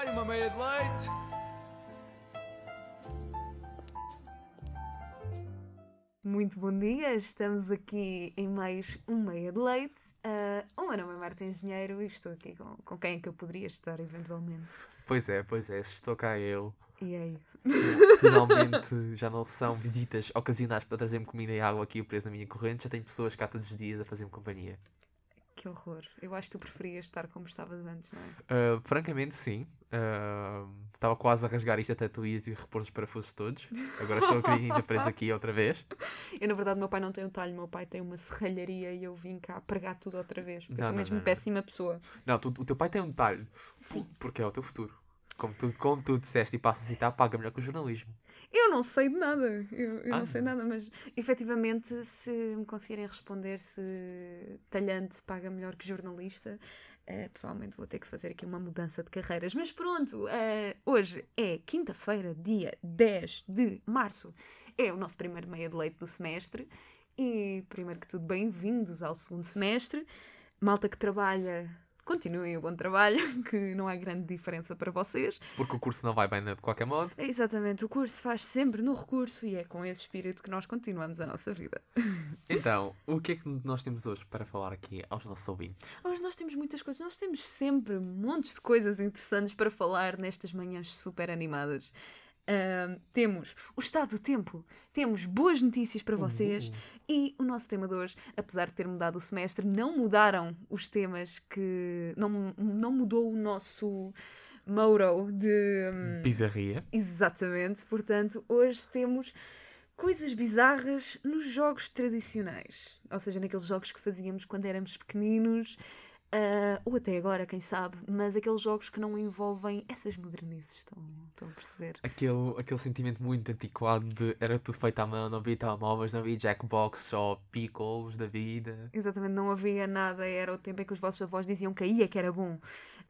Quero uma meia de leite. Muito bom dia, estamos aqui em mais um Meia de Leite. O meu nome é Marta Engenheiro e estou aqui com quem é que eu poderia estar eventualmente. Pois é, estou cá eu. E aí? Finalmente já não são visitas ocasionais para trazer-me comida e água aqui preso na minha corrente, já tenho pessoas cá todos os dias a fazer-me companhia. Que horror. Eu acho que tu preferias estar como estavas antes, não é? Francamente, sim. Estava quase a rasgar isto até tu ias e repor os parafusos todos. Agora estou aqui ainda preso aqui outra vez. Eu, na verdade, meu pai não tem um talho, meu pai tem uma serralharia e eu vim cá pregar tudo outra vez, porque eu Não, sou não, mesmo não. péssima pessoa. Não, o teu pai tem um detalhe. Sim. Porque é o teu futuro. Como tu disseste e passas a citar, paga melhor que o jornalismo. Eu não sei de nada, eu não sei nada, mas efetivamente, se me conseguirem responder se talhante paga melhor que jornalista, provavelmente vou ter que fazer aqui uma mudança de carreiras. Mas pronto, hoje é quinta-feira, dia 10 de março, é o nosso primeiro meia de leite do semestre e, primeiro que tudo, bem-vindos ao segundo semestre. Malta que trabalha, continuem o bom trabalho, que não há grande diferença para vocês. Porque o curso não vai bem de qualquer modo. Exatamente, o curso faz sempre no recurso e é com esse espírito que nós continuamos a nossa vida. Então, o que é que nós temos hoje para falar aqui aos nossos ouvintes? Hoje nós temos muitas coisas, nós temos sempre montes de coisas interessantes para falar nestas manhãs super animadas. Temos o estado do tempo, temos boas notícias para vocês e o nosso tema de hoje, apesar de ter mudado o semestre, não mudaram os temas que... Não mudou o nosso motto de... Bizarria. Exatamente, portanto, hoje temos coisas bizarras nos jogos tradicionais. Ou seja, naqueles jogos que fazíamos quando éramos pequeninos, ou até agora, quem sabe, mas aqueles jogos que não envolvem essas modernices, estão a perceber? Aquele sentimento muito antiquado de era tudo feito à mão, não havia telemóveis, não havia Jackbox, só picolos da vida. Exatamente, não havia nada, era o tempo em que os vossos avós diziam que aí é que era bom.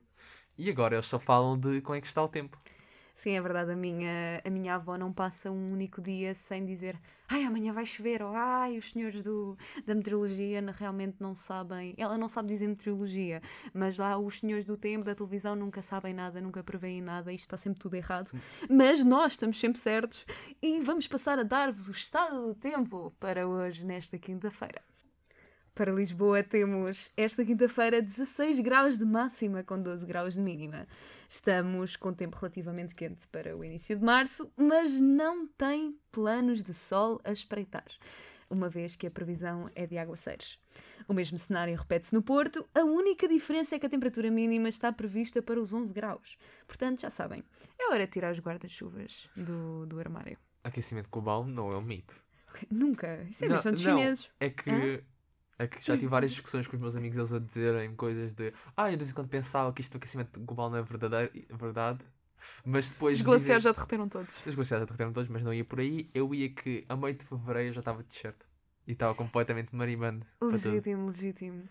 E agora eles só falam de como é que está o tempo. Sim, é verdade, a minha avó não passa um único dia sem dizer ai, amanhã vai chover, ou ai, os senhores da meteorologia realmente não sabem, ela não sabe dizer meteorologia, mas lá os senhores do tempo, da televisão, nunca sabem nada, nunca preveem nada, isto está sempre tudo errado, mas nós estamos sempre certos e vamos passar a dar-vos o estado do tempo para hoje, nesta quinta-feira. Para Lisboa temos esta quinta-feira 16 graus de máxima com 12 graus de mínima. Estamos com tempo relativamente quente para o início de março, mas não tem planos de sol a espreitar, uma vez que a previsão é de aguaceiros. O mesmo cenário repete-se no Porto, a única diferença é que a temperatura mínima está prevista para os 11 graus. Portanto, já sabem, é hora de tirar os guarda-chuvas do armário. Aquecimento global não é um mito. Nunca, isso é invenção dos chineses. É que já tive várias discussões com os meus amigos, eles a dizerem coisas de eu de vez em quando pensava que isto do aquecimento global não é verdade, mas depois Os glaciares já derreteram todos. Os glaciares já derreteram todos, mas não ia por aí. Eu ia que a meio de fevereiro já estava de t-shirt e estava completamente marimbando. Legítimo.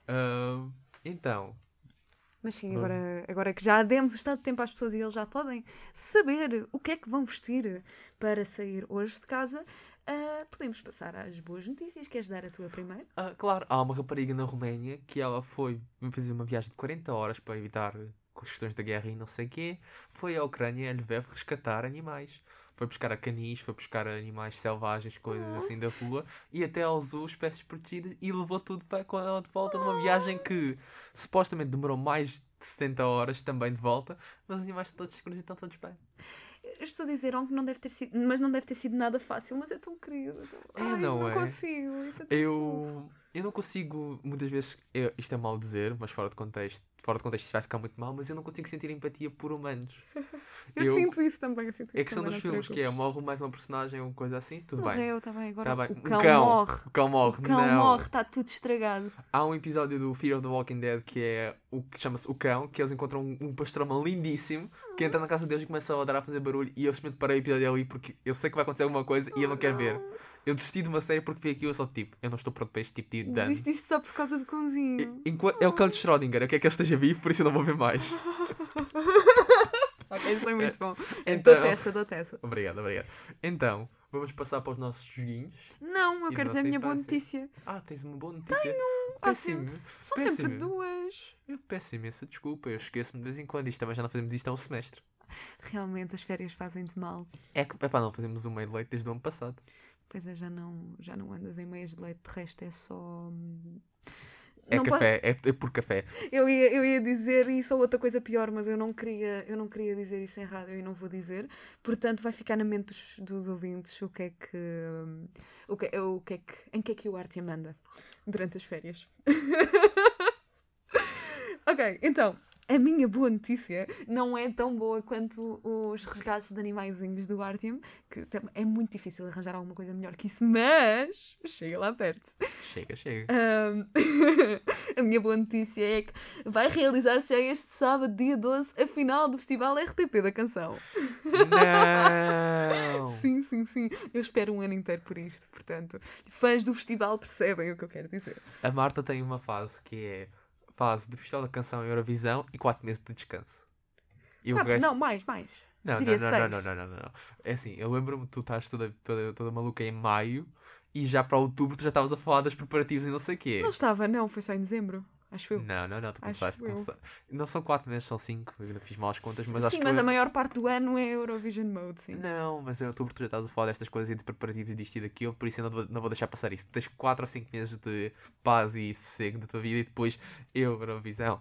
Então... Mas sim, agora que já demos o estado de tempo às pessoas e eles já podem saber o que é que vão vestir para sair hoje de casa, podemos passar às boas notícias. Queres dar a tua primeira? Claro, há uma rapariga na Roménia que ela foi fazer uma viagem de 40 horas para evitar questões da guerra e não sei o quê. Foi à Ucrânia, a Lviv, resgatar animais. Foi buscar a canis, foi buscar animais selvagens, coisas assim da rua, e até ao zoo, espécies protegidas, e levou tudo com ela de volta numa viagem que supostamente demorou mais de 60 horas também de volta, mas os animais estão todos seguros e estão todos bem. Eu estou a dizer que não deve ter sido, mas não deve ter sido nada fácil, mas é tão querido. Não consigo. Isso é tão Eu não consigo, muitas vezes, isto é mal dizer, mas fora de contexto isto vai ficar muito mal, mas eu não consigo sentir empatia por humanos. Eu sinto isso também. É questão dos filmes, que morre mais uma personagem ou coisa assim, tudo bem. Morreu, está bem. Agora tá bem. O cão morre. O cão morre, O cão morre, está tudo estragado. Há um episódio do Fear of the Walking Dead que é o que chama-se O Cão, que eles encontram um pastor alemão lindíssimo que entra na casa deles e começa a ladrar, a fazer barulho, e eu simplesmente parei o episódio ali porque eu sei que vai acontecer alguma coisa e eu não quero ver. Eu desisti de uma série porque vi aquilo e eu só tipo, eu não estou pronto para este tipo de dano. Desististe só por causa do cãozinho. É o cão de Schrödinger, eu quero que ele esteja vivo, por isso eu não vou ver mais. Ok, isso é muito bom. Então- Dou-te essa. Obrigado. Então, vamos passar para os nossos joguinhos. Não, eu E quero da dizer a nossa minha boa infância. notícia. Tens uma boa notícia. Ótimo. Péssimo. São Péssimo. sempre duas. Eu peço imensa desculpa, eu esqueço-me de vez em quando. Isto também já não fazemos isto há um semestre. Realmente as férias fazem-te mal. É que, epá, não fazemos um meio de leite desde o ano passado. Pois é, já não andas em meias de leite, de resto é só. É Não café, é por café. Eu ia dizer isso ou outra coisa pior, mas eu não queria dizer isso em rádio e não vou dizer. Portanto, vai ficar na mente dos ouvintes em que é que o Artyom manda durante as férias. Ok, então, a minha boa notícia não é tão boa quanto os resgates de animaizinhos do Artyom, que é muito difícil arranjar alguma coisa melhor que isso, mas chega lá perto. Chega. A minha boa notícia é que vai realizar-se já este sábado, dia 12, a final do Festival RTP da Canção. Não! Sim. Eu espero um ano inteiro por isto, portanto, fãs do festival percebem o que eu quero dizer. A Marta tem uma fase que é fase de Festival da Canção e Eurovisão e 4 meses de descanso. E o Quatro, resto... não, mais. Não, Diria não. seis. É assim, eu lembro-me que tu estás toda maluca em maio e já para outubro tu já estavas a falar dos preparativos e não sei o quê. Não estava, não, foi só em dezembro, acho eu. Não, tu Acho começaste. eu. Não são 4 meses, são 5. Eu ainda fiz mal as contas, mas acho Sim, que. mas a maior parte do ano é Eurovision Mode, sim. Não, mas em outubro tu já estás a falar destas coisas e de preparativos e disto e daquilo, por isso eu não vou deixar passar isso. Tens 4 ou 5 meses de paz e sossego da tua vida e depois Eurovisão.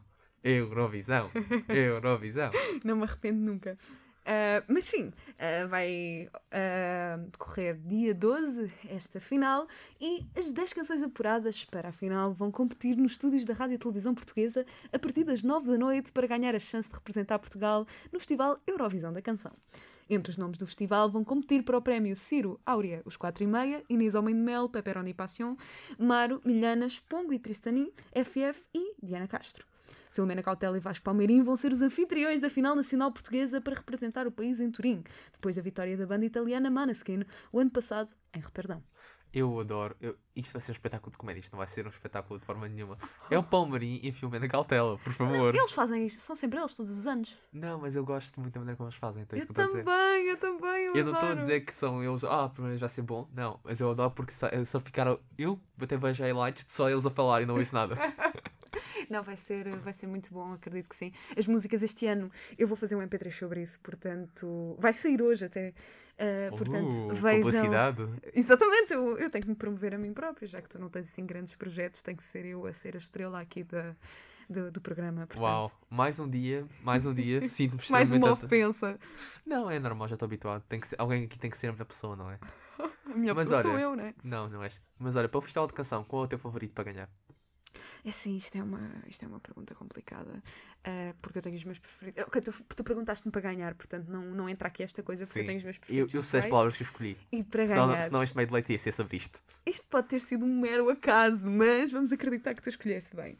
Não me arrependo nunca. Mas sim, vai decorrer dia 12 esta final e as 10 canções apuradas para a final vão competir nos estúdios da Rádio e Televisão Portuguesa a partir das 9 da noite para ganhar a chance de representar Portugal no Festival Eurovisão da Canção. Entre os nomes do festival vão competir para o prémio Ciro, Áurea, os 4,5, Inês Homem de Mel, Pepperoni Passion, Maro, Milhanas, Pongo e Tristani, FF e Diana Castro. Filomena Cautela e Vasco Palmeirim vão ser os anfitriões da final nacional portuguesa para representar o país em Turim, depois da vitória da banda italiana Måneskin o ano passado em Roterdão. Eu adoro. Isto vai ser um espetáculo de comédia, isto não vai ser um espetáculo de forma nenhuma. É o Palmeirim e a Filomena Cautela, por favor. Eles fazem isto, são sempre eles, todos os anos. Não, mas eu gosto muito da maneira como eles fazem, então é Eu isso que eu estou a dizer. também, Eu não estou a adoro. dizer que são eles, primeiro vai ser bom, não, mas eu adoro porque só ficaram, eu até vejo highlights de só eles a falar e não ouço nada. Não, vai ser muito bom, acredito que sim. As músicas este ano, eu vou fazer um MP3 sobre isso, portanto, vai sair hoje até. Portanto, vejam. Publicidade. Exatamente, eu tenho que me promover a mim própria, já que tu não tens assim grandes projetos, tem que ser eu a ser a estrela aqui do programa. Portanto, Uau, mais um dia, sinto-me mais uma extremamente... ofensa. Não, é normal, já estou habituado, alguém aqui tem que ser a melhor pessoa, não é? A melhor Mas pessoa sou olha, eu, não é? Não és. Mas olha, para o Festival de Canção, qual é o teu favorito para ganhar? É sim, isto é uma pergunta complicada, porque eu tenho os meus preferidos. Ok, tu perguntaste-me para ganhar, portanto não entra aqui esta coisa, porque eu tenho os meus preferidos. Eu sei as pessoais. palavras que eu escolhi. E para ganhar. Senão este meio de leite ia ser sobre isto. Isto pode ter sido um mero acaso, mas vamos acreditar que tu escolheste bem.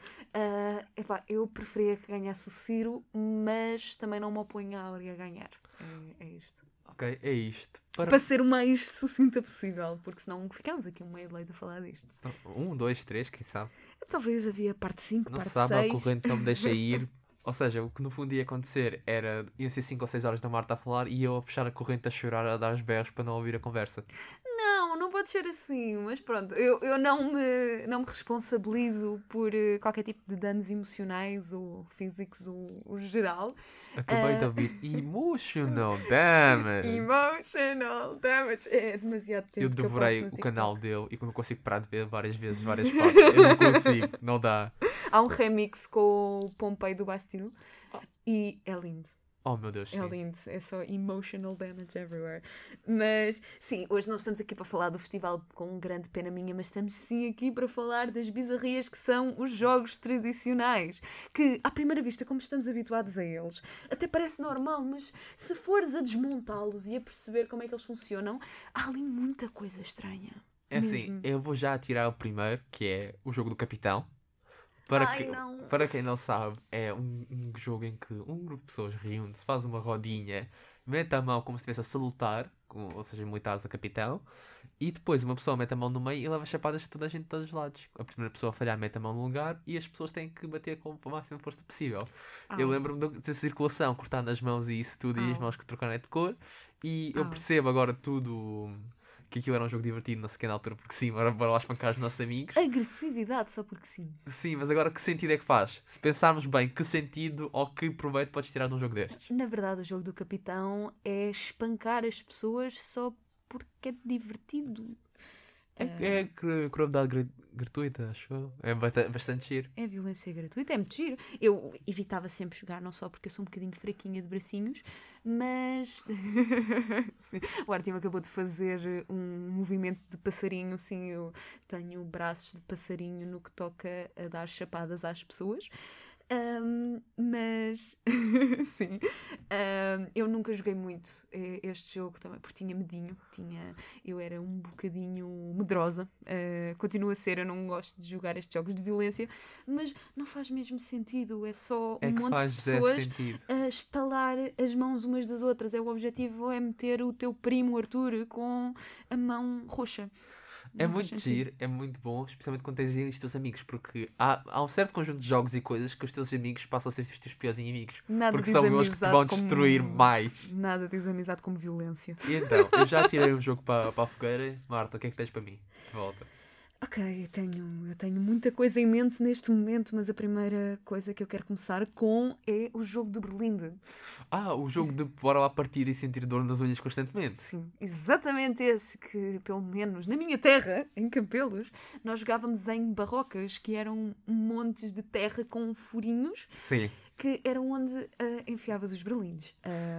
Eu preferia que ganhasse o Ciro, mas também não me oponho à Áurea a ganhar. É isto. Ok, é isto. Para ser o mais sucinta possível, porque senão ficámos aqui um meio de leite a falar disto. 1, 2, 3, quem sabe? Talvez havia parte 5, Não parte se sabe, a 6. corrente não me deixa ir. Ou seja, o que no fundo ia acontecer era... Iam ser 5 ou 6 horas da Marta a falar e eu a puxar a corrente a chorar, a dar os berros para não ouvir a conversa. Não pode ser assim, mas pronto, eu não me responsabilizo por qualquer tipo de danos emocionais ou físicos ou geral. Acabei de ouvir Emotional Damage. Emotional damage. É demasiado tempo Eu que eu devorei passo no o canal TikTok. dele e não consigo parar de ver várias vezes, várias partes. Eu não consigo, não dá. Há um remix com o Pompei do Bastille e é lindo. Oh meu Deus, É sim. lindo, é só emotional damage everywhere. Mas, sim, hoje não estamos aqui para falar do festival com grande pena minha, mas estamos sim aqui para falar das bizarrias que são os jogos tradicionais. Que, à primeira vista, como estamos habituados a eles, até parece normal, mas se fores a desmontá-los e a perceber como é que eles funcionam, há ali muita coisa estranha. É assim, Mesmo. eu vou já tirar o primeiro, que é o jogo do Capitão. Não. Para quem não sabe, é um jogo em que um grupo de pessoas reúne-se, faz uma rodinha, mete a mão como se estivesse a salutar ou seja, militares a capitão. E depois uma pessoa mete a mão no meio e leva chapadas de toda a gente de todos os lados. A primeira pessoa a falhar mete a mão no lugar e as pessoas têm que bater com a máxima força possível. Eu Au, lembro-me da circulação, cortar nas mãos e isso tudo, e as au, mãos que trocaram de cor. E eu au. percebo agora tudo que aquilo era um jogo divertido, não sei que na altura, porque sim, bora lá espancar os nossos amigos. Agressividade só porque sim. Sim, mas agora que sentido é que faz? Se pensarmos bem, que sentido ou que proveito podes tirar de um jogo destes? Na verdade, o jogo do capitão é espancar as pessoas só porque é divertido. É crueldade gratuita, acho eu. É bastante giro. É violência gratuita, é muito giro. Eu evitava sempre jogar, não só porque eu sou um bocadinho fraquinha de bracinhos, mas sim. O Artyom acabou de fazer um movimento de passarinho, sim, eu tenho braços de passarinho no que toca a dar chapadas às pessoas. Mas sim, eu nunca joguei muito este jogo também, porque tinha medinho, eu era um bocadinho medrosa, continuo a ser, eu não gosto de jogar estes jogos de violência, mas não faz mesmo sentido, é só É um que monte faz de zero pessoas sentido. a estalar as mãos umas das outras, o objetivo é meter o teu primo Arthur com a mão roxa. É Não faz muito sentido. giro, é muito bom, especialmente quando tens aí os teus amigos, porque há um certo conjunto de jogos e coisas que os teus amigos passam a ser os teus piores inimigos. Nada Porque diz são eles que te vão amizade destruir como mais. nada diz amizade como violência. E então, eu já tirei um jogo para a fogueira. Marta, o que é que tens para mim? De volta. Ok, eu tenho muita coisa em mente neste momento, mas a primeira coisa que eu quero começar com é o jogo do Berlinde. O jogo de bora lá partir e sentir dor nas unhas constantemente. Sim, exatamente esse que, pelo menos na minha terra, em Campelos, nós jogávamos em barrocas, que eram montes de terra com furinhos, Sim. que era onde enfiavas os berlindes.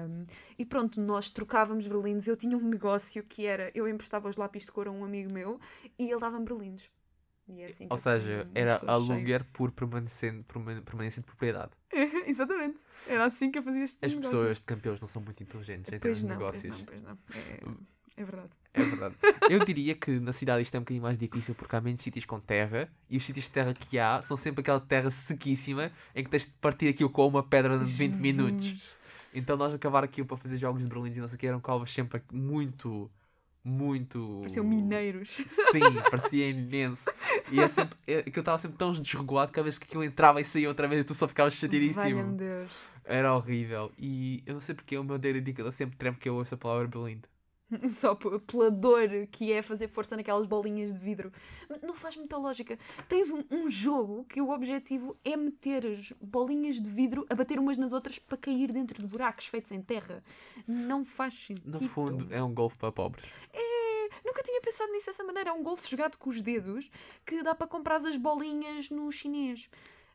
E pronto, nós trocávamos berlindes. Eu tinha um negócio que era, eu emprestava os lápis de cor a um amigo meu e ele dava-me berlindes. E é assim que Ou eu seja, tenho um era estojo aluguer por permanência de propriedade. cheio. Exatamente. Era assim que eu fazia este As negócio. pessoas de Campeões não são muito inteligentes em Pois termos de não, negócios. pois não. É verdade. É verdade. Eu diria que na cidade isto é um bocadinho mais difícil porque há menos sítios com terra e os sítios de terra que há são sempre aquela terra sequíssima em que tens de partir aquilo com uma pedra de 20 minutos. Jesus. Então nós acabar aquilo para fazer jogos de berlindes e não sei o que eram calvas sempre muito, muito... Pareciam mineiros. Sim, parecia imenso. E aquilo estava sempre tão desregulado que cada vez que aquilo entrava e saía outra vez e tu só ficavas Valha-me chateadíssimo. Deus. Era horrível. E eu não sei porque o meu dedo indicador sempre treme que eu ouço a palavra berlinde. Só pela dor que é fazer força naquelas bolinhas de vidro. Não faz muita lógica. Tens um jogo que o objetivo é meter as bolinhas de vidro a bater umas nas outras para cair dentro de buracos feitos em terra. Não faz sentido. No fundo, é um golfe para pobres. Nunca tinha pensado nisso dessa maneira. É um golfe jogado com os dedos que dá para comprar as bolinhas no chinês.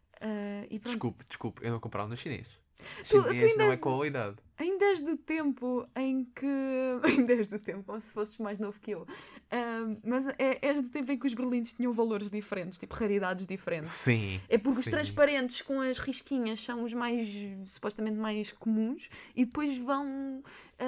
E pronto. Desculpe, eu não comprava no chinês. Tu Chinês ainda não é és- qualidade. Ainda és do tempo em que. Ainda és do tempo, como se fosses mais novo que eu. Mas és do tempo em que os berlindes tinham valores diferentes, tipo raridades diferentes. Sim. É porque os sim. transparentes com as risquinhas são os mais, supostamente mais comuns e depois vão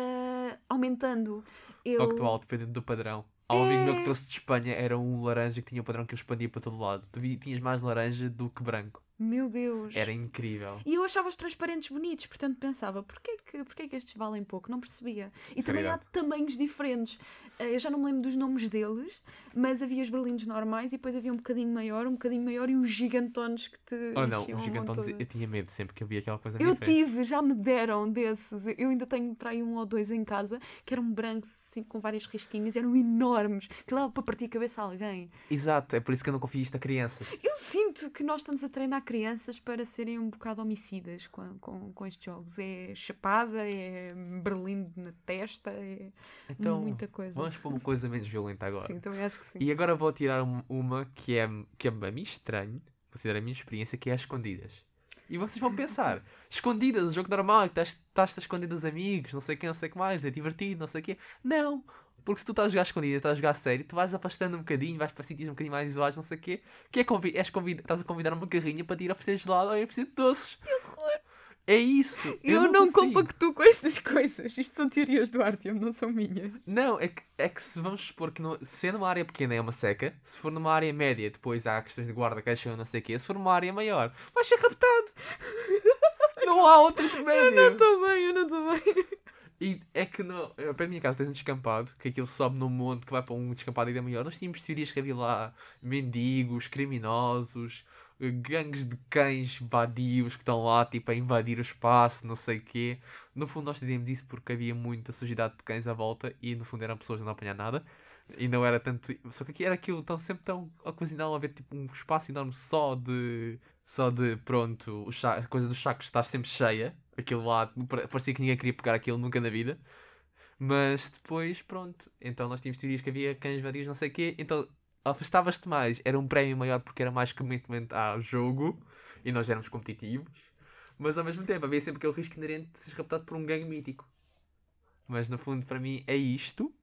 aumentando. Factual, dependendo do padrão. Há um amigo meu que trouxe de Espanha, era um laranja que tinha um padrão que eu expandia para todo lado. Tinhas mais laranja do que branco. Meu Deus. Era incrível. E eu achava os transparentes bonitos, portanto pensava, porquê que estes valem pouco? Não percebia. E também há Raridade. tamanhos diferentes. Eu já não me lembro dos nomes deles, mas havia os berlindes normais e depois havia um bocadinho maior e uns gigantones que te Oh não, enchiam os a mão gigantones, toda. eu tinha medo sempre que havia aquela coisa Eu diferente. tive, já me deram desses. Eu ainda tenho para aí um ou dois em casa que eram brancos, assim, com várias risquinhas, eram enormes, que dava para partir a cabeça a alguém. Exato, é por isso que eu não confio isto a crianças. Eu sinto que nós estamos a treinar crianças para serem um bocado homicidas com estes jogos. É chapada, é berlinde na testa, é Então, muita coisa. vamos para uma coisa menos violenta agora. Sim, também acho que sim. E agora vou tirar uma que é a mim estranho, considero a minha experiência, que é as escondidas. E vocês vão pensar, escondidas, um jogo normal, que estás a esconder dos amigos, não sei quem, não sei o que mais, é divertido, não sei o quê. Não! Porque se tu estás a jogar escondida, estás a jogar sério, tu vais afastando um bocadinho, vais para sítios um bocadinho mais isolados, não sei o quê. Que estás a convidar uma carrinha para te ir oferecer gelado ou oferecer doces. É isso! Eu não consigo. compactuo com estas coisas. Isto são teorias do Artyom, não são minhas. Não, é que se vamos supor que se é numa área pequena é uma seca, se for numa área média, depois há questões de guarda, caixa ou não sei o quê, se for numa área maior, vais ser raptado! Não há outro intermédio! Eu não estou bem. E é que ao pé da minha casa tens um descampado, que aquilo sobe num monte que vai para um descampado ainda maior. Nós tínhamos teorias que havia lá mendigos, criminosos, gangues de cães vadios que estão lá, tipo, a invadir o espaço, não sei o quê. No fundo nós dizíamos isso porque havia muita sujidade de cães à volta e no fundo eram pessoas a não apanhar nada. E não era tanto. Só que aqui era aquilo, tão sempre tão a cozinhar a ver tipo um espaço enorme só de pronto, a coisa dos sacos está sempre cheia. Aquilo lá, parecia que ninguém queria pegar aquilo nunca na vida. Mas depois, pronto. Então nós tínhamos teorias que havia cães vadios, não sei o quê. Então afastavas-te mais. Era um prémio maior porque era mais commitment ao jogo. E nós éramos competitivos. Mas ao mesmo tempo havia sempre aquele risco inerente de seres raptado por um gangue mítico. Mas no fundo, para mim, é isto.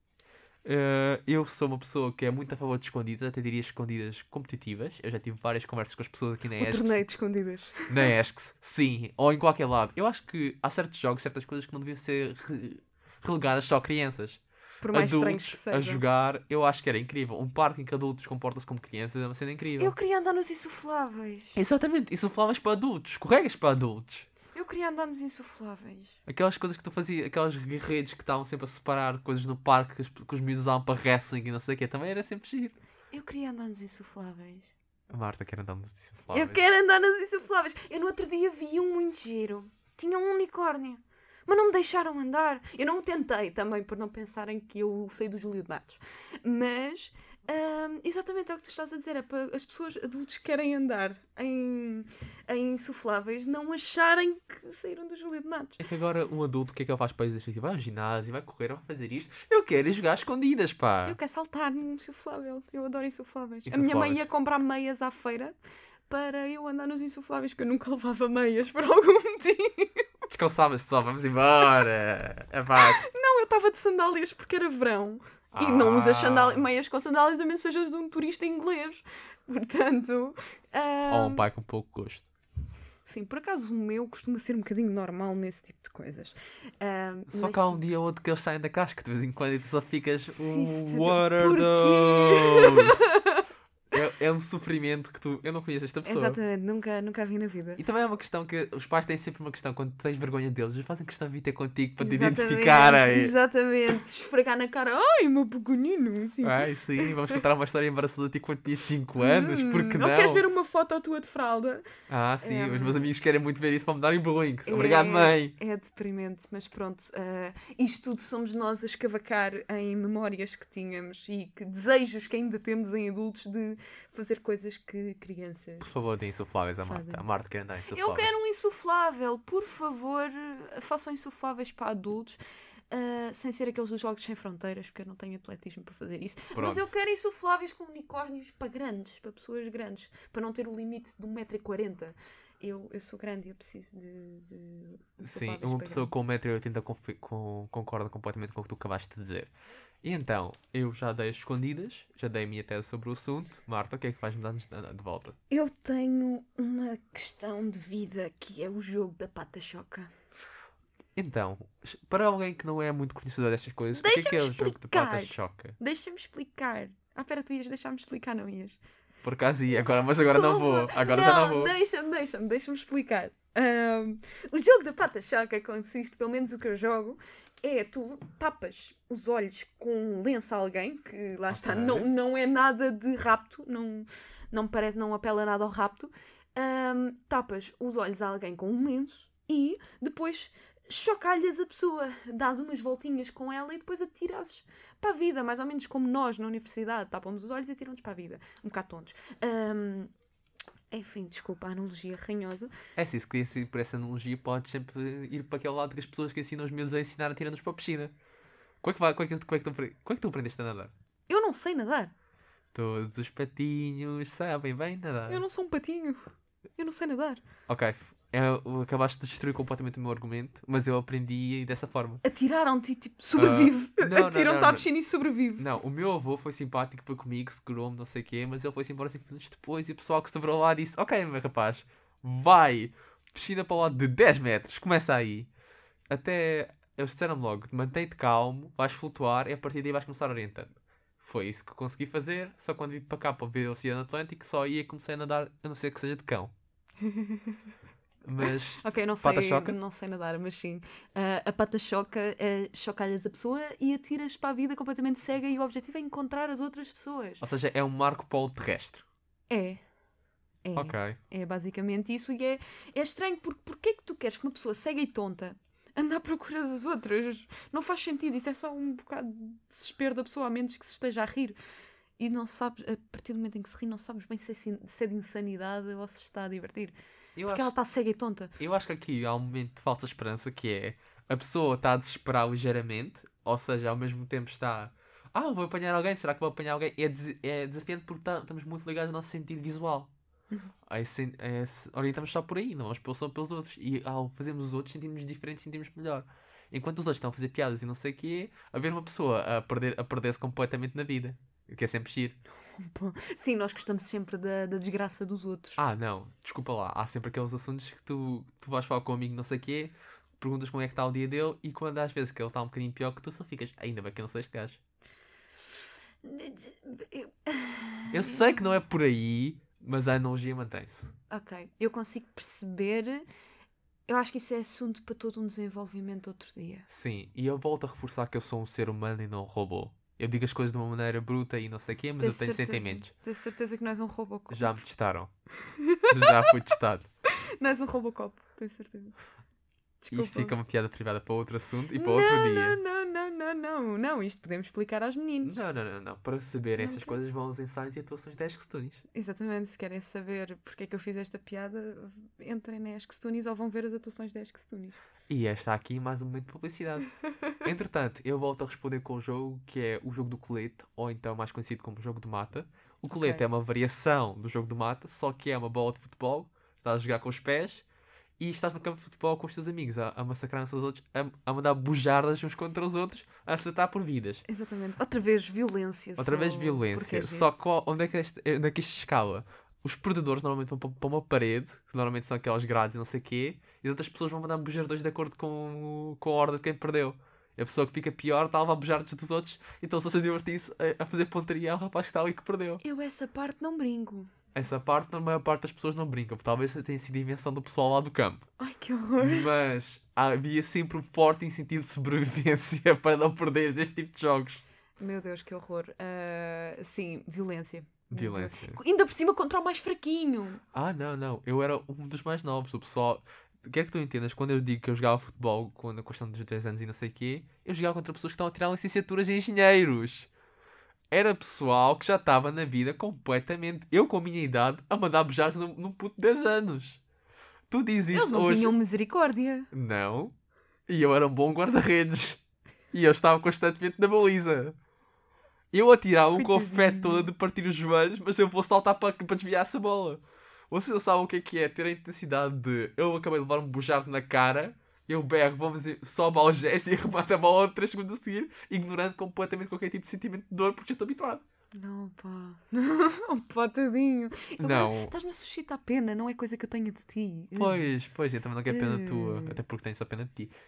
Eu sou uma pessoa que é muito a favor de escondidas, até diria escondidas competitivas. Eu já tive várias conversas com as pessoas aqui na O ESC. torneio de escondidas. Na ESC, sim, ou em qualquer lado. Eu acho que há certos jogos, certas coisas que não deviam ser relegadas só a crianças. Por mais estranhos que Adultos a sejam. jogar, eu acho que era incrível. Um parque em que adultos comportam-se como crianças é uma cena incrível. Eu queria andar nos insufláveis. Exatamente, isso falavas para adultos, escorregas para adultos. Eu queria andar nos insufláveis. Aquelas coisas que tu fazias, aquelas redes que estavam sempre a separar coisas no parque que os miúdos usavam para wrestling e não sei o quê, também era sempre giro. Eu queria andar nos insufláveis. A Marta quer andar nos insufláveis. Eu quero andar nos insufláveis. Eu no outro dia vi um muito giro. Tinha um unicórnio. Mas não me deixaram andar. Eu não o tentei também, por não pensarem que eu sei do Júlio de Matos. Mas, exatamente é o que tu estás a dizer. É para as pessoas adultas que querem andar em insufláveis não acharem que saíram do Júlio de Matos. É que agora um adulto, o que é que ele faz para exercício? Vai ao ginásio, vai correr, vai fazer isto. Eu quero ir jogar escondidas, pá. Eu quero saltar num insuflável. Eu adoro insufláveis. A Insufláveis. minha mãe ia comprar meias à feira para eu andar nos insufláveis, que eu nunca levava meias por algum motivo. Descalçavas só, vamos embora. É pá. Não, eu estava de sandálias porque era verão. E não usas Ah. meias com sandálias a menos que sejas de um turista inglês. Portanto. Ou um pai com pouco gosto. Sim, por acaso o meu costuma ser um bocadinho normal nesse tipo de coisas. Só Mas que há um dia ou outro que eles saem da casca de vez em quando e tu só ficas. Sim, What are porquê? those? É um sofrimento que tu. Eu não conheço esta pessoa. Exatamente, nunca a vi na vida. E também é uma questão que os pais têm sempre uma questão quando tu tens vergonha deles, eles fazem questão de vir ter contigo para te identificarem. Exatamente, esfregar na cara, ai, meu pequenino. Assim. Ai, sim, vamos contar uma história embaraçosa de ti quando tinhas 5 anos, porque Ou não? queres ver uma foto tua de fralda? Ah, sim, É. os meus amigos querem muito ver isso para me darem bullying. Obrigado, mãe. É deprimente, mas pronto, isto tudo somos nós a escavacar em memórias que tínhamos e que desejos que ainda temos em adultos de fazer coisas que crianças. Por favor, deem insufláveis à Marta. Fazem. A Marta quer andar em insufláveis. Eu quero um insuflável, por favor, façam insufláveis para adultos. Sem ser aqueles dos Jogos Sem Fronteiras, porque eu não tenho atletismo para fazer isso. Pronto. Mas eu quero insufláveis com unicórnios para grandes, para pessoas grandes, para não ter o limite de 1,40 m. Eu sou grande e eu preciso de Sim, insufláveis uma para pessoa grandes. com 1,80 m concorda completamente com o que tu acabaste de dizer. E então, eu já dei as escondidas, já dei a minha tese sobre o assunto. Marta, o que é que vais-me dar de volta? Eu tenho uma questão de vida que é o jogo da pata choca. Então, para alguém que não é muito conhecedor destas coisas, o que é o Deixa-me jogo de pata explicar. choca? Deixa-me explicar. Pera, tu ias deixar-me explicar, não ias? Por acaso ia, mas agora não vou. Agora já não vou. Deixa-me explicar. O jogo da pata choca consiste, pelo menos o que eu jogo, é tu tapas os olhos com um lenço a alguém, que lá está, Ok. não é nada de rapto, não parece, não apela nada ao rapto. Tapas os olhos a alguém com um lenço e depois chocalhas a pessoa, dás umas voltinhas com ela e depois atiras para a vida, mais ou menos como nós na universidade, tapam-nos os olhos e atiram-nos para a vida, um bocado tontos. Enfim, desculpa a analogia ranhosa. É assim, se querias ir por essa analogia, podes sempre ir para aquele lado que as pessoas que ensinam os miúdos a ensinar a tirar-nos para a piscina. Como é que tu aprendeste a nadar? Eu não sei nadar. Todos os patinhos sabem bem nadar. Eu não sou um patinho. Eu não sei nadar. Ok, acabaste de destruir completamente o meu argumento, mas eu aprendi dessa forma. Atiraram-te e tipo, sobrevive. não, Atiram-te não. à piscina e sobrevive. Não, o meu avô foi simpático, foi comigo, segurou-me, não sei o quê, mas ele foi-se embora 5 minutos depois e o pessoal que sobrou lá disse: Ok, meu rapaz, vai, piscina para o lado de 10 metros, começa aí. Até eles disseram-me logo: mantém-te calmo, vais flutuar e a partir daí vais começar orientando. Foi isso que eu consegui fazer, só quando vim para cá para ver o Oceano Atlântico, só aí comecei a nadar, a não ser que seja de cão. Mas Ok, pata choca? não sei nadar, mas sim. A pata choca, chocalhas a pessoa e atiras para a vida completamente cega e o objetivo é encontrar as outras pessoas. Ou seja, é um Marco Polo terrestre. É, Ok. é basicamente isso e é estranho porque porquê é que tu queres que uma pessoa cega e tonta ande à procura das outras? Não faz sentido, isso é só um bocado de desespero da pessoa, a menos que se esteja a rir. E não sabes, a partir do momento em que se ri, não sabes bem se é de insanidade ou se está a divertir. Eu Porque ela acho, está cega e tonta. eu acho que aqui há um momento de falsa esperança que é a pessoa está a desesperar ligeiramente, ou seja, ao mesmo tempo está. Ah, vou apanhar alguém, será que vou apanhar alguém? É desafiante porque estamos muito ligados ao nosso sentido visual. Aí orientamos só por aí, não vamos só pelos outros. E ao fazermos os outros, sentimos diferentes, sentimos melhor. Enquanto os outros estão a fazer piadas e não sei o quê, a ver uma pessoa a perder-se completamente na vida. O que é sempre giro. Sim, nós gostamos sempre da desgraça dos outros. Ah, não, desculpa lá. Há sempre aqueles assuntos que tu vais falar com um amigo não sei o quê, perguntas como é que está o dia dele e quando às vezes que ele está um bocadinho pior que tu, só ficas, ainda bem que eu não sou este gajo. Eu sei que não é por aí, mas a analogia mantém-se. Ok, eu consigo perceber. Eu acho que isso é assunto para todo um desenvolvimento outro dia. Sim, e eu volto a reforçar que eu sou um ser humano e não um robô. Eu digo as coisas de uma maneira bruta e não sei o quê, mas eu tenho sentimentos. Tens certeza que não és um Robocop? Já me testaram. Já fui testado. Não és um Robocop, tenho certeza. Desculpa. Isto fica uma piada privada para outro assunto e para outro dia. Não, isto podemos explicar aos meninos. Não. Para saberem Não essas quero. coisas vão aos ensaios e atuações da Esquetunis. Exatamente, se querem saber porque é que eu fiz esta piada, entrem na Esquestunis ou vão ver as atuações da Esquestunis. E está aqui mais um momento de publicidade. Entretanto, eu volto a responder com o jogo que é o jogo do colete, ou então mais conhecido como jogo do mata. O colete Ok. é uma variação do jogo do mata, só que é uma bola de futebol, estás a jogar com os pés e estás no campo de futebol com os teus amigos, a massacrar uns aos outros, a mandar bujardas uns contra os outros, a acertar por vidas. Exatamente. Outra vez violência. Outra vez Porque violência. é giro. Só que onde é que isto escala? Os perdedores normalmente vão para uma parede, que normalmente são aquelas grades e não sei o quê, e as outras pessoas vão mandar bujardões de acordo com a ordem de quem perdeu. E a pessoa que fica pior está a levar bujardos dos outros, então estão-se a divertir-se a fazer pontaria ao rapaz que está ali que perdeu. Eu essa parte não brinco. Essa parte, na maior parte das pessoas não brincam, porque talvez tenha sido a invenção do pessoal lá do campo. Ai, que horror. Mas havia sempre um forte incentivo de sobrevivência para não perderes este tipo de jogos. Meu Deus, que horror. Sim, violência. Meu Deus. Violência. Ainda por cima contra o mais fraquinho. Ah, não. Eu era um dos mais novos. O pessoal. O que é que tu entendas? Quando eu digo que eu jogava futebol quando a questão dos 10 anos e não sei o quê, eu jogava contra pessoas que estão a tirar licenciaturas em engenheiros. Era pessoal que já estava na vida completamente. Eu, com a minha idade, a mandar beijar num puto de 10 anos. Tu dizes Eles isso não hoje. tinham misericórdia. Não. E eu era um bom guarda-redes. E eu estava constantemente na baliza. Eu atirava com a fé toda de partir os joelhos, mas eu vou saltar para desviar essa bola. Vocês não sabem o que é ter a intensidade de eu acabei de levar um bujardo na cara, eu berro, vamos dizer, sobe ao gesto e remata a bola 3 segundos a seguir, ignorando completamente qualquer tipo de sentimento de dor, porque já estou habituado. Não, pá. Não, pá, tadinho. Agora, Não. estás-me a suscitar pena, não é coisa que eu tenha de ti. Pois, eu também não quero pena tua, até porque tenho só pena de ti.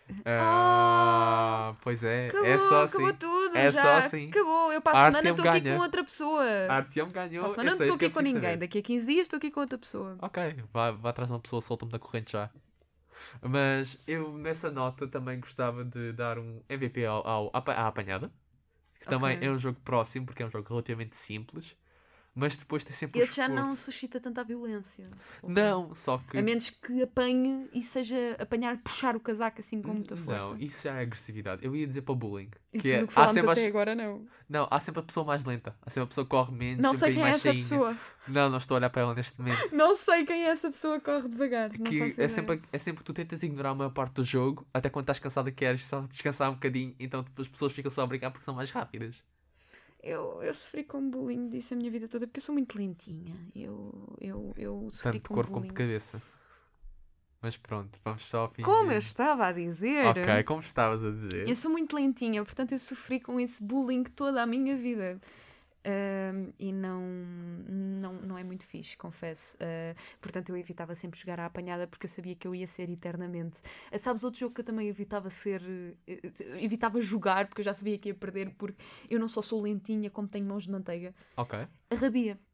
Pois é, Acabou, é só assim. acabou tudo, É já. só assim. Acabou, eu para A a Artyom semana estou aqui ganha. com outra pessoa. A Artyom ganhou, Para a semana não essa é estou isso que aqui eu com preciso ninguém. saber. Daqui a 15 dias estou aqui com outra pessoa. Ok, vai atrás de uma pessoa, solta-me da corrente já. Mas eu nessa nota também gostava de dar um MVP à Apanhada. Que também Ok. é um jogo próximo, porque é um jogo relativamente simples. Mas depois tem sempre o Esse já não esforço. suscita tanta violência. Não, só que... A menos que apanhe e seja apanhar, puxar o casaco assim com muita força. Não, isso já é agressividade. Eu ia dizer para o bullying. E Que é, tudo o que há falámos sempre até as- agora não. Não, há sempre a pessoa mais lenta. Há sempre a pessoa que corre menos, Não um sei bocadinho quem é mais essa cheinha. pessoa. Não estou a olhar para ela neste momento. Não sei quem é essa pessoa que corre devagar. Não Que faço é ideia. sempre que tu tentas ignorar a maior parte do jogo, até quando estás cansado e queres só descansar um bocadinho, então tipo, as pessoas ficam só a brincar porque são mais rápidas. Eu sofri com bullying disso a minha vida toda porque eu sou muito lentinha. Eu sofri Tanto de com corpo como bullying. de cabeça. Mas pronto, vamos só fingir. Como eu estava a dizer, Ok, como estavas a dizer. eu sou muito lentinha, portanto eu sofri com esse bullying toda a minha vida. E não é muito fixe, confesso. Portanto, eu evitava sempre jogar à apanhada porque eu sabia que eu ia ser eternamente. Sabes outro jogo que eu também evitava evitava jogar porque eu já sabia que ia perder porque eu não só sou lentinha como tenho mãos de manteiga? Ok. A rabia.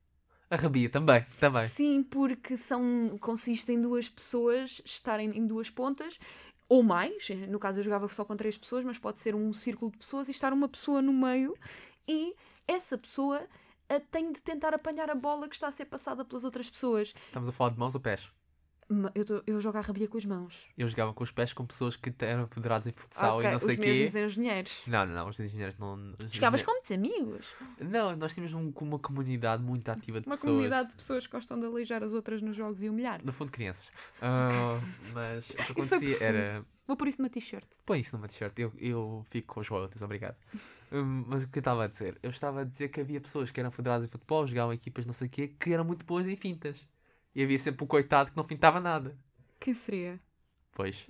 A rabia, também. Sim, porque consiste em duas pessoas estarem em duas pontas, ou mais. No caso eu jogava só com 3 pessoas, mas pode ser um círculo de pessoas e estar uma pessoa no meio e essa pessoa tem de tentar apanhar a bola que está a ser passada pelas outras pessoas. Estamos a falar de mãos ou pés? Eu jogo à rabia com as mãos. Eu jogava com os pés com pessoas que eram federadas em futsal Ok, e não sei os o quê. mesmos engenheiros. Não, os engenheiros não... Jogavas com muitos amigos. Não, nós tínhamos uma comunidade muito ativa de Uma pessoas. comunidade de pessoas que gostam de aleijar as outras nos jogos e humilhar. No fundo, crianças. Mas o que Isso foi acontecia profundo. era... Vou pôr isso numa t-shirt. Põe isso numa t-shirt, eu fico com os royalties, obrigado. Mas o que eu estava a dizer? Eu estava a dizer que havia pessoas que eram federadas em futebol, jogavam equipas não sei o quê, que eram muito boas em fintas. E havia sempre o coitado que não fintava nada. Quem seria? Pois.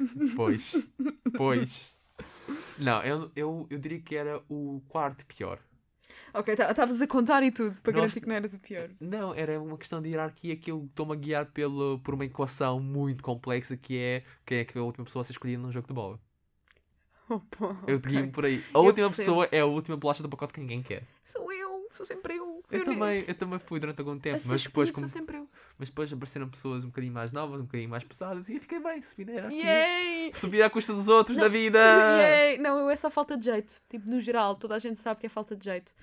Não, eu diria que era o quarto pior. Ok, estavas a contar e tudo, para Nós- garantir que não eras o pior. Não, era uma questão de hierarquia que eu estou-me a guiar por uma equação muito complexa que é quem é que é a última pessoa a ser escolhida num jogo de bola. Opa, Eu ok. guio-me por aí. A Eu última percebo. pessoa é a última bolacha do pacote que ninguém quer. Sou sempre eu. Eu também fui durante algum A tempo, ser mas depois, escolhido sou sempre eu. mas depois apareceram pessoas um bocadinho mais novas, um bocadinho mais pesadas e eu fiquei bem, subir na hierarquia. Yay! Subir à custa dos outros Não. da vida. Yay! Não, é só falta de jeito. Tipo, no geral, toda a gente sabe que é falta de jeito.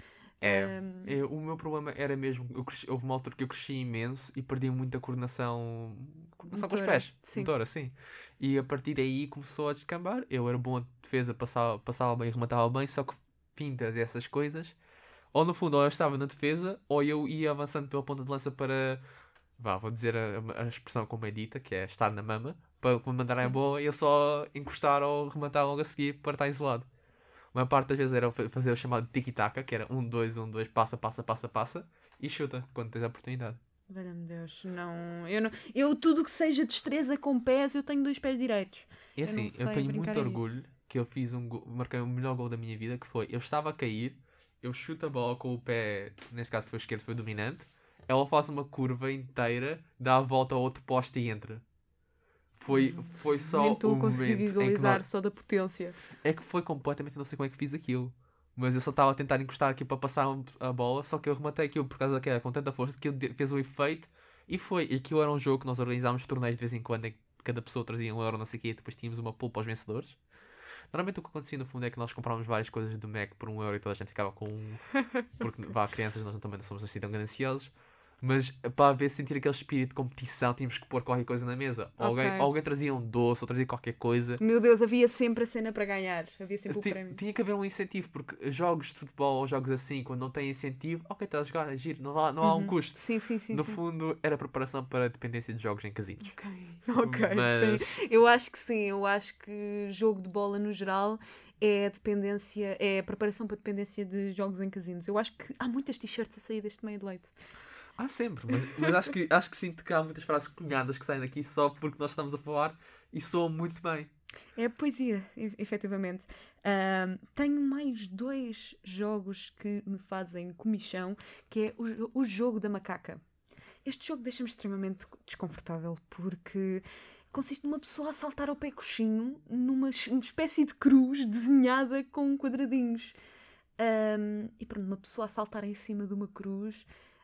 O meu problema era mesmo, houve uma altura que eu cresci imenso e perdi muita coordenação com os Motora, pés, sim. motora, sim. E a partir daí começou a descambar. Eu era bom a defesa, passava bem, rematava bem, só que fintas e essas coisas, ou no fundo, ou eu estava na defesa, ou eu ia avançando pela ponta de lança para, vou dizer a expressão como é dita, que é estar na mama, para me mandarem a Sim. bola e eu só encostar ou rematar logo a seguir para estar isolado. Uma parte das vezes era fazer o chamado tiki-taka, que era 1-2, 1-2, passa e chuta quando tens a oportunidade. Valha-me Deus, não. Eu tudo que seja destreza com pés, eu tenho 2 pés direitos. E Eu assim, não eu sei tenho brincar muito a isso. orgulho que eu fiz marquei o melhor gol da minha vida, que foi, eu estava a cair, eu chuto a bola com o pé, neste caso foi o esquerdo, foi o dominante, ela faz uma curva inteira, dá a volta ao outro poste e entra. Foi só Nem tu o consegui momento em que visualizar só da potência. É que foi completamente, não sei como é que fiz aquilo. Mas eu só estava a tentar encostar aqui para passar a bola, só que eu rematei aquilo por causa daquela, com tanta força, que aquilo fez o efeito e foi. E aquilo era um jogo que nós organizámos torneios de vez em quando, em que cada pessoa trazia €1, não sei o quê, e depois tínhamos uma pool para os vencedores. Normalmente o que acontecia no fundo é que nós comprávamos várias coisas do Mac por €1 e toda a gente ficava com um. Porque, crianças, nós também não somos assim tão gananciosos. Mas para haver sentir aquele espírito de competição, tínhamos que pôr qualquer coisa na mesa. Ok. Alguém trazia um doce, ou trazia qualquer coisa. Meu Deus, havia sempre a cena para ganhar. Havia sempre o prémio. Tinha que haver um incentivo, porque jogos de futebol ou jogos assim, quando não têm incentivo, ok, estás a jogar, é giro, não há um custo. Sim, sim, sim. No sim. fundo, era preparação para a dependência de jogos em casinos. Ok, Mas- sim. Eu acho que sim. Eu acho que jogo de bola no geral é a dependência, é a preparação para a dependência de jogos em casinos. Eu acho que há muitas t-shirts a sair deste meio de leite. Há sempre, mas acho que sinto que há muitas frases cunhadas que saem daqui só porque nós estamos a falar e soam muito bem. É poesia, efetivamente. Tenho mais 2 jogos que me fazem comichão, que é o jogo da macaca. Este jogo deixa-me extremamente desconfortável, porque consiste numa pessoa a saltar ao pé coxinho numa espécie de cruz desenhada com quadradinhos. E pronto, uma pessoa a saltar em cima de uma cruz...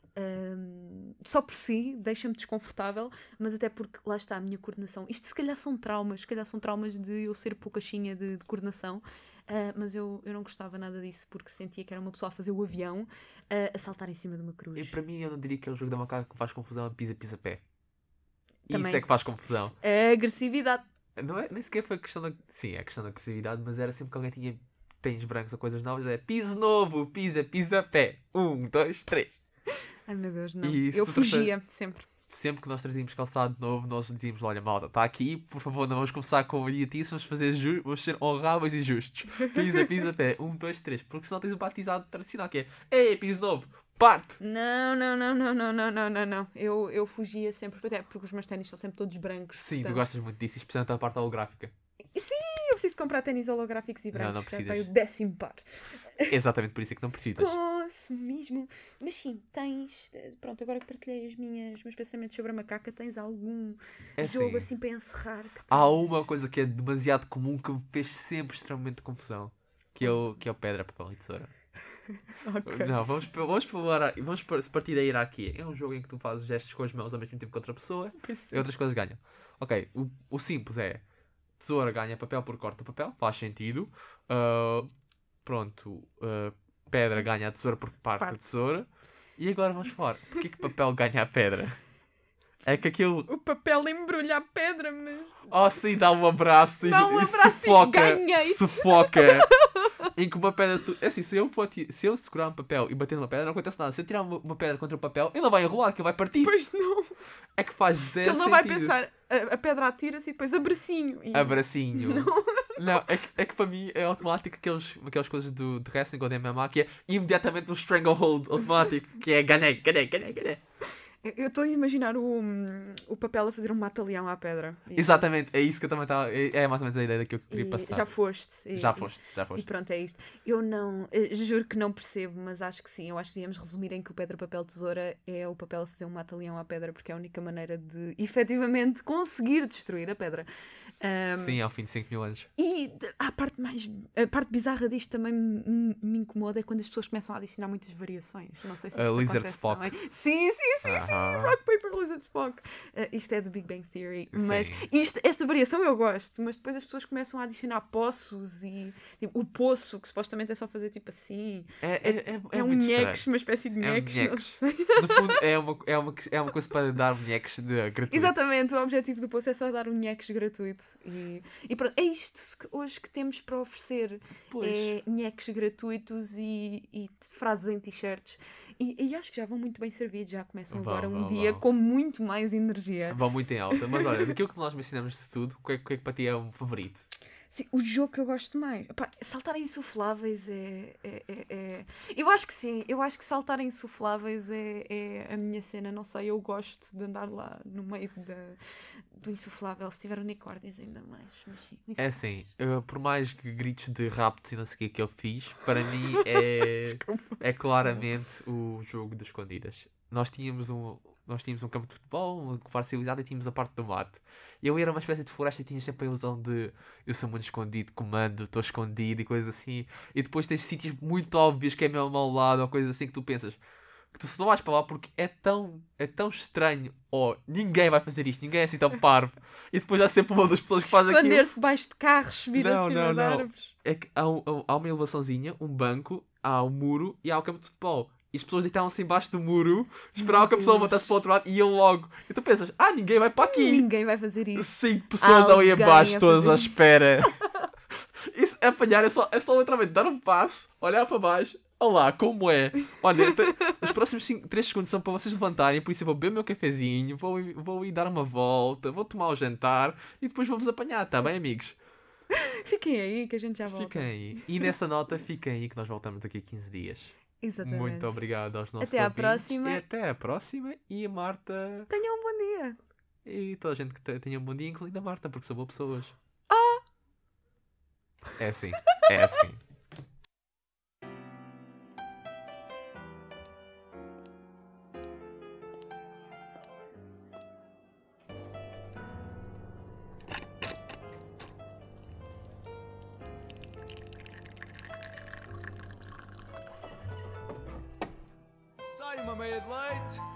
só por si deixa-me desconfortável, mas até porque lá está a minha coordenação. Isto se calhar são traumas de eu ser poucachinha de coordenação, mas eu não gostava nada disso porque sentia que era uma pessoa a fazer o avião a saltar em cima de uma cruz. E para mim, eu não diria que é o jogo da macaca que faz confusão, é pisa-pisa-pé. Também. Isso é que faz confusão. A agressividade. Não é, nem sequer foi questão da. Sim, é questão da agressividade, mas era sempre que alguém tinha tênis brancos ou coisas novas, é piso novo, pisa-pé. 1, 2, 3. Ai meu Deus, não. E se Eu tu fugia sempre. Sempre que nós trazíamos calçado novo, nós dizíamos: olha, malta, está aqui, por favor, não vamos começar com idiotice, vamos ser honráveis e justos. Pisa-pé. 1, 2, 3. Porque senão tens o batizado tradicional, que é: ei, piso novo, parte! Não. Eu fugia sempre, até porque os meus ténis são sempre todos brancos. Sim, portanto... tu gostas muito disso, especialmente a parte holográfica. Eu preciso de comprar ténis holográficos e brancos. Não Já precisas. para o 10º par. É exatamente por isso é que não precisas. Consumismo. Mas sim, tens... Pronto, agora que partilhei os meus pensamentos sobre a macaca, tens algum É jogo assim, assim para encerrar? Que há uma coisa que é demasiado comum que me fez sempre extremamente confusão. Que é o pedra, papel e tesoura. Ok. Não, vamos partir da hierarquia. É um jogo em que tu fazes gestos com as mãos ao mesmo tempo que outra pessoa e outras coisas ganham. Ok, o simples é tesoura ganha papel por corta papel, faz sentido. Ah, pronto, pedra ganha a tesoura porque parte a Parte. tesoura. E agora vamos falar, porquê que papel ganha a pedra? É que aquilo. O papel embrulha a pedra, mas. Oh, sim, dá um abraço Dá um e abraço e sufoca. ganhei-te. Sufoca. Em que uma pedra. É assim, se eu segurar um papel e bater numa pedra, não acontece nada. Se eu tirar uma pedra contra o papel, ele não vai enrolar, que ele vai partir. Pois não. É que faz zero Ele não vai sentido. pensar, a pedra atira-se e depois abracinho. E... Abracinho. Não. Não, é que para mim é automático aquelas coisas de wrestling ou de MMA que é imediatamente um stranglehold automático. Que é ganhei. Eu estou a imaginar o papel a fazer um mata-leão à pedra. Exatamente, é isso que eu também estava. É mais ou menos a ideia que eu queria passar. Já foste. Já foste. E pronto, é isto. Eu não, juro que não percebo, mas acho que sim. Eu acho que devíamos resumir em que o pedra, papel, tesoura é o papel a fazer um mata-leão à pedra, porque é a única maneira de efetivamente conseguir destruir a pedra. Sim, ao fim de 5 mil anos. E a parte bizarra disto também me incomoda é quando as pessoas começam a adicionar muitas variações. Não sei se isto Lizard acontece Spock. também. Sim. Rock, Paper, Lizard Spock. Isto é de Big Bang Theory. Mas esta variação eu gosto. Mas depois as pessoas começam a adicionar poços e tipo, o poço, que supostamente é só fazer tipo assim. É um muito nheques, estranho. uma espécie de nheques. Não nheques. sei. No fundo, é uma coisa para dar nheques de gratuito. Exatamente, o objetivo do poço é só dar um nheques gratuito. E pronto, é isto hoje que temos para oferecer. Pois. É nheques gratuitos e frases em t-shirts. E acho que já vão muito bem servidos, já começam agora um dia com muito mais energia. Vão muito em alta. Mas olha, daquilo que nós mencionamos de tudo, o que é que para ti é um favorito? Sim, o jogo que eu gosto mais. Epá, saltar insufláveis Eu acho que sim, eu acho que saltar insufláveis é a minha cena, não sei, eu gosto de andar lá no meio do insuflável, se tiver unicórnios ainda mais. Mas sim, É assim, por mais que gritos de rapto e não sei o que eu fiz, para mim é claramente o jogo das escondidas. Nós tínhamos um campo de futebol, uma parte civilizada e tínhamos a parte do mato. Eu era uma espécie de floresta e tinha sempre a ilusão de eu sou muito escondido, comando, estou escondido e coisas assim. E depois tens sítios muito óbvios que é mesmo ao lado ou coisas assim que tu pensas que tu só vais para lá porque é tão estranho. Ou ninguém vai fazer isto, ninguém é assim tão parvo. E depois há sempre uma das pessoas que faz aquilo. Esconder-se debaixo de carros, subir acima de árvores. É que há uma elevaçãozinha, um banco, há um muro e há o campo de futebol. E as pessoas deitavam-se embaixo do muro, esperavam que a pessoa voltasse para o outro lado e iam logo. E tu pensas, ninguém vai para aqui. Ninguém vai fazer isso. 5 pessoas ali abaixo, todas à espera. Isso, apanhar é só literalmente dar um passo, olhar para baixo. Olá, como é? Olha, os próximos 3 segundos são para vocês levantarem, por isso eu vou beber o meu cafezinho, vou ir dar uma volta, vou tomar o jantar e depois vamos apanhar, tá bem, amigos? Fiquem aí que a gente já volta. Fiquem aí. E nessa nota, fiquem aí que nós voltamos daqui a 15 dias. Exatamente. Muito obrigado aos nossos Até à ouvintes. próxima. E até à próxima. E a Marta... Tenham um bom dia. E toda a gente que tenha um bom dia, incluindo a Marta, porque são boas pessoas. É assim. É assim. Sorry, I made it late.